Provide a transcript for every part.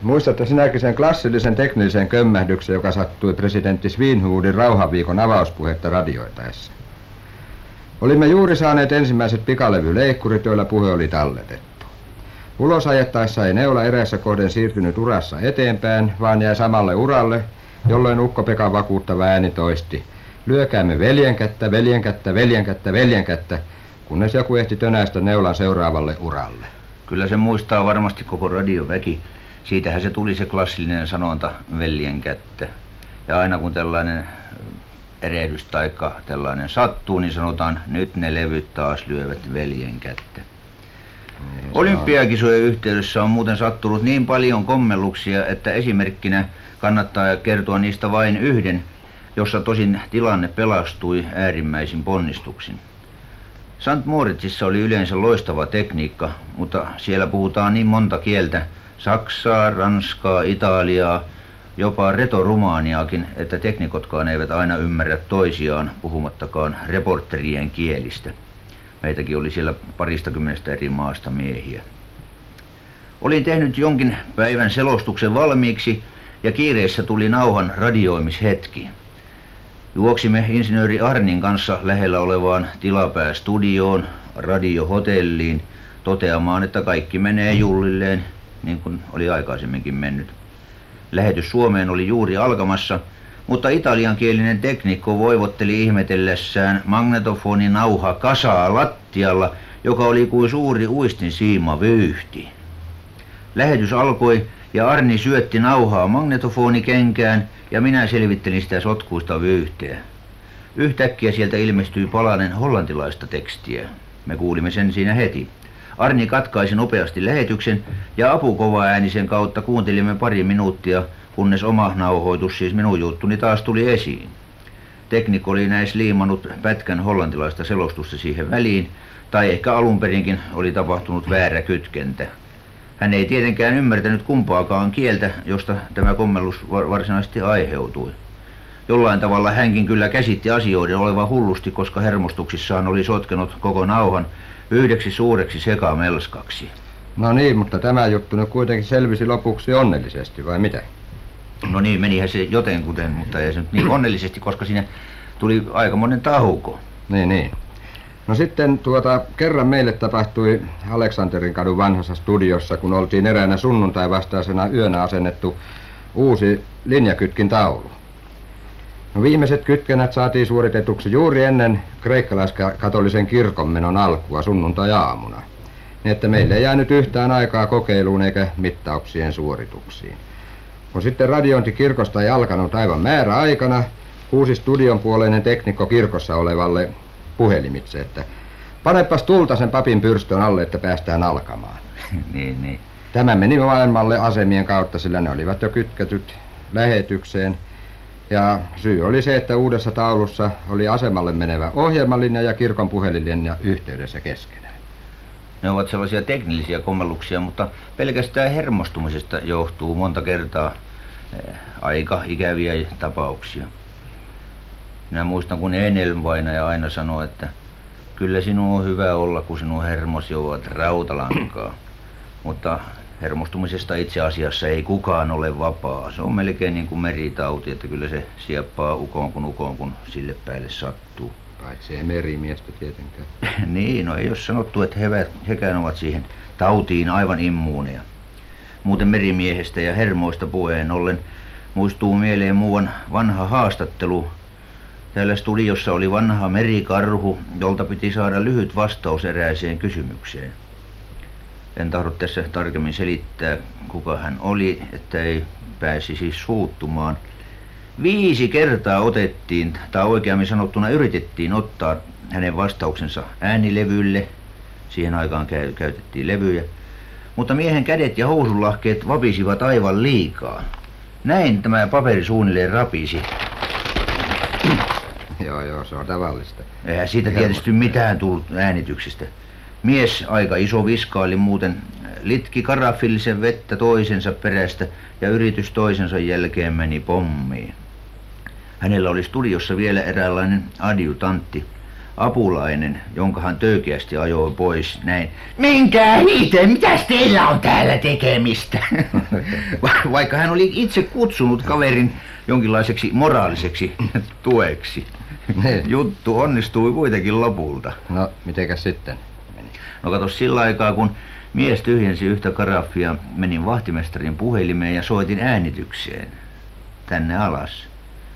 Muistatte sinäkin sen klassillisen teknillisen kömmähdyksen, joka sattui presidentti Svinhufvudin rauhanviikon avauspuhetta radioitaessa. Olimme juuri saaneet ensimmäiset pikalevyleikkurit, joilla puhe oli talletettu. Ulos ajettaessa ei neula erässä kohden siirtynyt urassa eteenpäin, vaan jäi samalle uralle, jolloin Ukko-Pekan vakuuttava ääni toisti: lyökäämme veljenkättä, veljenkättä, veljenkättä, veljenkättä, kunnes joku ehti tönäistä neulan seuraavalle uralle. Kyllä se muistaa varmasti koko radioväki. Siitähän se tuli se klassillinen sanonta veljenkättä. Ja aina kun tällainen erehdys tai tällainen sattuu, niin sanotaan, nyt ne levyt taas lyövät veljenkättä. Olympiakisojen yhteydessä on muuten sattunut niin paljon kommelluksia, että esimerkkinä kannattaa kertoa niistä vain yhden, jossa tosin tilanne pelastui äärimmäisin ponnistuksin. St. Moritzissa oli yleensä loistava tekniikka, mutta siellä puhutaan niin monta kieltä, saksaa, ranskaa, italiaa, jopa retorumaaniakin, että teknikotkaan eivät aina ymmärrä toisiaan, puhumattakaan reporterien kielistä. Meitäkin oli siellä 20 eri maasta miehiä. Olin tehnyt jonkin päivän selostuksen valmiiksi ja kiireessä tuli nauhan radioimishetki. Juoksimme insinööri Arnin kanssa lähellä olevaan tilapäistudioon, radiohotelliin, toteamaan, että kaikki menee jullilleen, niin kuin oli aikaisemminkin mennyt. Lähetys Suomeen oli juuri alkamassa, mutta italiankielinen teknikko voivotteli ihmetellessään magnetofoninauha kasaa lattialla, joka oli kuin suuri uistinsiima vyyhti. Lähetys alkoi ja Arni syötti nauhaa magnetofonikenkään ja minä selvittelin sitä sotkuista vyyhteä. Yhtäkkiä sieltä ilmestyi palanen hollantilaista tekstiä. Me kuulimme sen siinä heti. Arni katkaisi nopeasti lähetyksen ja apukovaäänisen kautta kuuntelimme pari minuuttia, kunnes oma nauhoitus, siis minun juttuni, taas tuli esiin. Teknikko oli näis liimannut pätkän hollantilaista selostusta siihen väliin, tai ehkä alunperinkin oli tapahtunut väärä kytkentä. Hän ei tietenkään ymmärtänyt kumpaakaan kieltä, josta tämä kommellus varsinaisesti aiheutui. Jollain tavalla hänkin kyllä käsitti asioiden olevan hullusti, koska hermostuksissaan oli sotkenut koko nauhan yhdeksi suureksi sekamelskaksi. No niin, mutta tämä juttu nyt kuitenkin selvisi lopuksi onnellisesti, vai mitä? No niin, menihän se jotenkuten, mutta ei se nyt niin onnellisesti, koska siinä tuli aikamoinen tauko. Niin. No sitten kerran meille tapahtui Aleksanterin kadun vanhassa studiossa, kun oltiin eräänä sunnuntai vastaisena yönä asennettu uusi linjakytkin taulu. No viimeiset kytkennät saatiin suoritetuksi juuri ennen kreikkalaiskatolisen kirkon menon alkua sunnuntai-aamuna, niin että meille ei jäänyt yhtään aikaa kokeiluun eikä mittauksien suorituksiin. Kun sitten radiointi kirkosta ei alkanut aivan määräaikana, huusi studion puoleinen teknikko kirkossa olevalle puhelimitse, että panepas tulta sen papin pyrstön alle, että päästään alkamaan. Niin. Tämä meni maailmalle asemien kautta, sillä ne olivat jo kytketyt lähetykseen. Ja syy oli se, että uudessa taulussa oli asemalle menevä ohjelmalinja ja kirkon puhelinlinja yhteydessä keskenään. Ne ovat sellaisia teknillisiä kommelluksia, mutta pelkästään hermostumisesta johtuu monta kertaa aika ikäviä tapauksia. Minä muistan, kun Enelm-vainaja aina sanoi, että kyllä sinun on hyvä olla, kun sinun hermosi ovat rautalankaa. Mutta hermostumisesta itse asiassa ei kukaan ole vapaa. Se on melkein niin kuin meritauti, että kyllä se sieppaa ukon, kun sille päälle sattuu. Paitsi ei merimiestä tietenkään. Niin, no ei ole sanottu, että hekään ovat siihen tautiin aivan immuuneja. Muuten merimiehestä ja hermoista puheen ollen muistuu mieleen muuan vanha haastattelu. Täällä studiossa oli vanha merikarhu, jolta piti saada lyhyt vastaus erääseen kysymykseen. En tahdo tässä tarkemmin selittää, kuka hän oli, että ei pääsisi suuttumaan. 5 kertaa otettiin, tai oikeammin sanottuna yritettiin ottaa hänen vastauksensa äänilevylle. Siihen aikaan käytettiin levyjä. Mutta miehen kädet ja housunlahkeet vapisivat aivan liikaa. Näin tämä paperi suunnilleen rapisi. Joo, se on tavallista. Eihän siitä tietysti mitään tullut äänityksestä. Mies, aika iso viskaali muuten, litki karafillisen vettä toisensa perästä ja yritys toisensa jälkeen meni pommiin. Hänellä oli studiossa vielä eräänlainen adjutantti. apulainen, jonka hän töykeästi ajoi pois näin. Menkää hiiteen, mitäs teillä on täällä tekemistä? Vaikka hän oli itse kutsunut kaverin jonkinlaiseksi moraaliseksi tueksi. Juttu onnistui kuitenkin lopulta. No, mitenkäs sitten meni? No kato, sillä aikaa kun mies tyhjensi yhtä karaffia, menin vahtimestarin puhelimeen ja soitin äänitykseen tänne alas.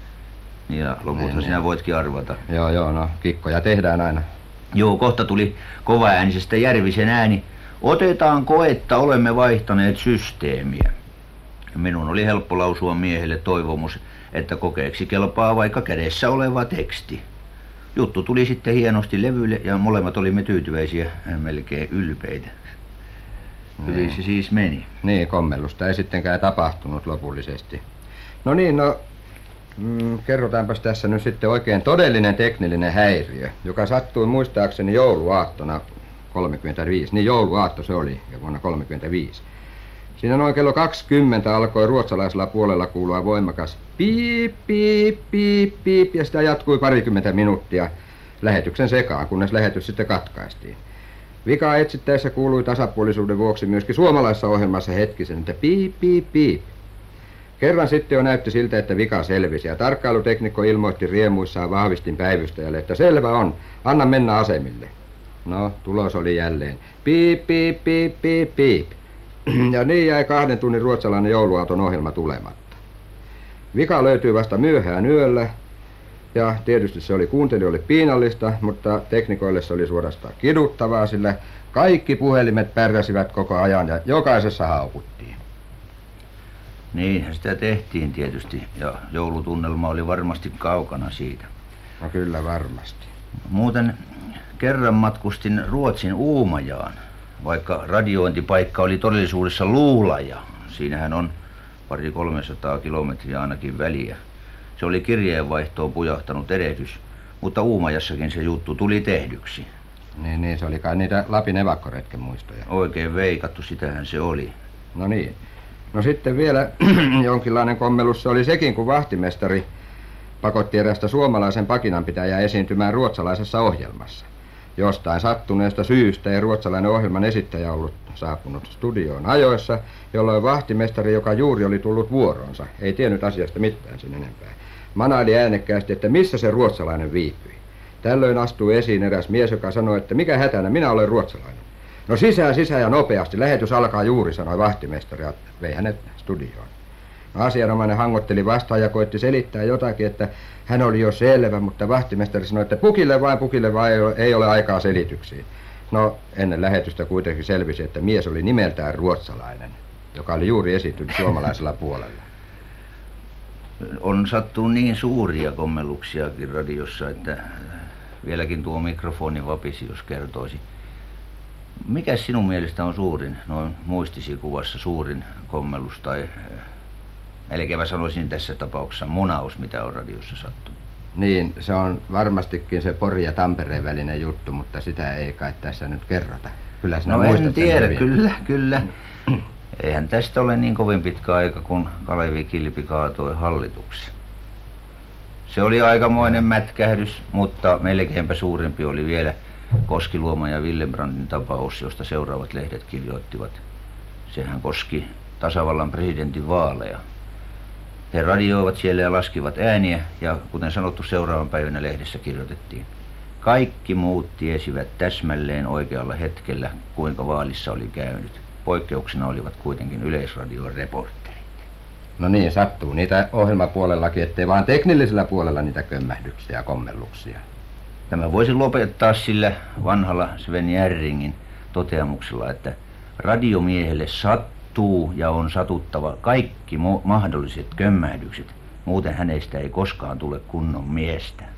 Ja lopulta sinä voitkin arvata. Joo, no kikkoja tehdään aina. Joo, kohta tuli kovaäänisestä Järvisen ääni. Otetaan koetta, olemme vaihtaneet systeemiä. Minun oli helppo lausua miehelle toivomus, että kokeeksi kelpaa vaikka kädessä oleva teksti. Juttu tuli sitten hienosti levylle ja molemmat olimme tyytyväisiä, melkein ylpeitä. Hyvin se siis meni. Niin, kommellusta ei sittenkään tapahtunut lopullisesti. No niin, kerrotaanpas tässä nyt sitten oikein todellinen teknillinen häiriö, joka sattui muistaakseni jouluaattona 35. Niin jouluaatto se oli, ja vuonna 35. Siinä noin kello 20 alkoi ruotsalaisella puolella kuulua voimakas piip, piip, piip, piip, ja sitä jatkui parikymmentä minuuttia lähetyksen sekaan, kunnes lähetys sitten katkaistiin. Vikaa etsittäessä kuului tasapuolisuuden vuoksi myöskin suomalaisessa ohjelmassa hetkisen, että piip, piip, piip. Kerran sitten jo näytti siltä, että vika selvisi, ja tarkkailuteknikko ilmoitti riemuissaan vahvistin päivystäjälle, että selvä on, anna mennä asemille. No, tulos oli jälleen piip, piip, piip, piip, piip. Ja niin jäi 2 tunnin ruotsalainen jouluaaton ohjelma tulematta. Vika löytyi vasta myöhään yöllä, ja tietysti se oli kuuntelijoille piinallista, mutta teknikoille se oli suorastaan kiduttavaa, sillä kaikki puhelimet pärjäsivät koko ajan ja jokaisessa haukuttiin. Niinhän sitä tehtiin tietysti, ja joulutunnelma oli varmasti kaukana siitä. No kyllä varmasti. Muuten kerran matkustin Ruotsin Uumajaan, vaikka radiointipaikka oli todellisuudessa Luulaja. Siinähän on 200-300 kilometriä ainakin väliä. Se oli kirjeenvaihtoon pujahtanut erehdys, mutta Uumajassakin se juttu tuli tehdyksi. Niin, se oli kai niitä Lapin evakkoretken muistoja. Oikein veikattu, sitähän se oli. No niin. No sitten vielä jonkinlainen kommellus se oli sekin, kun vahtimestari pakotti erästä suomalaisen pakinanpitäjää esiintymään ruotsalaisessa ohjelmassa. Jostain sattuneesta syystä ei ruotsalainen ohjelman esittäjä ollut saapunut studioon ajoissa, jolloin vahtimestari, joka juuri oli tullut vuoroonsa, ei tiennyt asiasta mitään sen enempää, manaili äänekkäästi, että missä se ruotsalainen viipyi. Tällöin astui esiin eräs mies, joka sanoi, että mikä hätänä, minä olen ruotsalainen. No sisään ja nopeasti, lähetys alkaa juuri, sanoi vahtimestari ja vei hänet studioon. No, asianomainen hangotteli vastaan ja koitti selittää jotakin, että hän oli jo selvä, mutta vahtimestari sanoi, että pukille vain, ei ole aikaa selityksiin. No, ennen lähetystä kuitenkin selvisi, että mies oli nimeltään ruotsalainen, joka oli juuri esiintynyt suomalaisella puolella. On sattunut niin suuria kommelluksiakin radiossa, että vieläkin tuo mikrofoni vapisi, jos kertoisi. Mikäs sinun mielestä on suurin, noin muistisi kuvassa suurin kommellus tai melkein mä sanoisin tässä tapauksessa munaus, mitä on radiossa sattunut? Niin, se on varmastikin se Pori ja Tampereen välinen juttu, mutta sitä ei kai tässä nyt kerrota. Kyllä sinä muistat en tiedä, kyllä. Eihän tästä ole niin kovin pitkä aika, kun Kalevi Kilpi kaatoi hallituksen. Se oli aikamoinen mätkähdys, mutta melkeinpä suurempi oli vielä Koskiluoma ja Willembrandin tapaus, josta seuraavat lehdet kirjoittivat. Sehän koski tasavallan presidentin vaaleja. He radioivat siellä ja laskivat ääniä, ja kuten sanottu, seuraavan päivänä lehdessä kirjoitettiin. Kaikki muut tiesivät täsmälleen oikealla hetkellä, kuinka vaalissa oli käynyt. Poikkeuksena olivat kuitenkin Yleisradion reporterit. No niin, sattuu niitä ohjelmapuolellakin, ettei vaan teknillisellä puolella niitä kömmähdyksiä ja kommelluksia. Tämä voisi lopettaa sillä vanhalla Sven Jerringin toteamuksella, että radiomiehelle sattuu ja on satuttava kaikki mahdolliset kömmähdykset. Muuten hänestä ei koskaan tule kunnon miestä.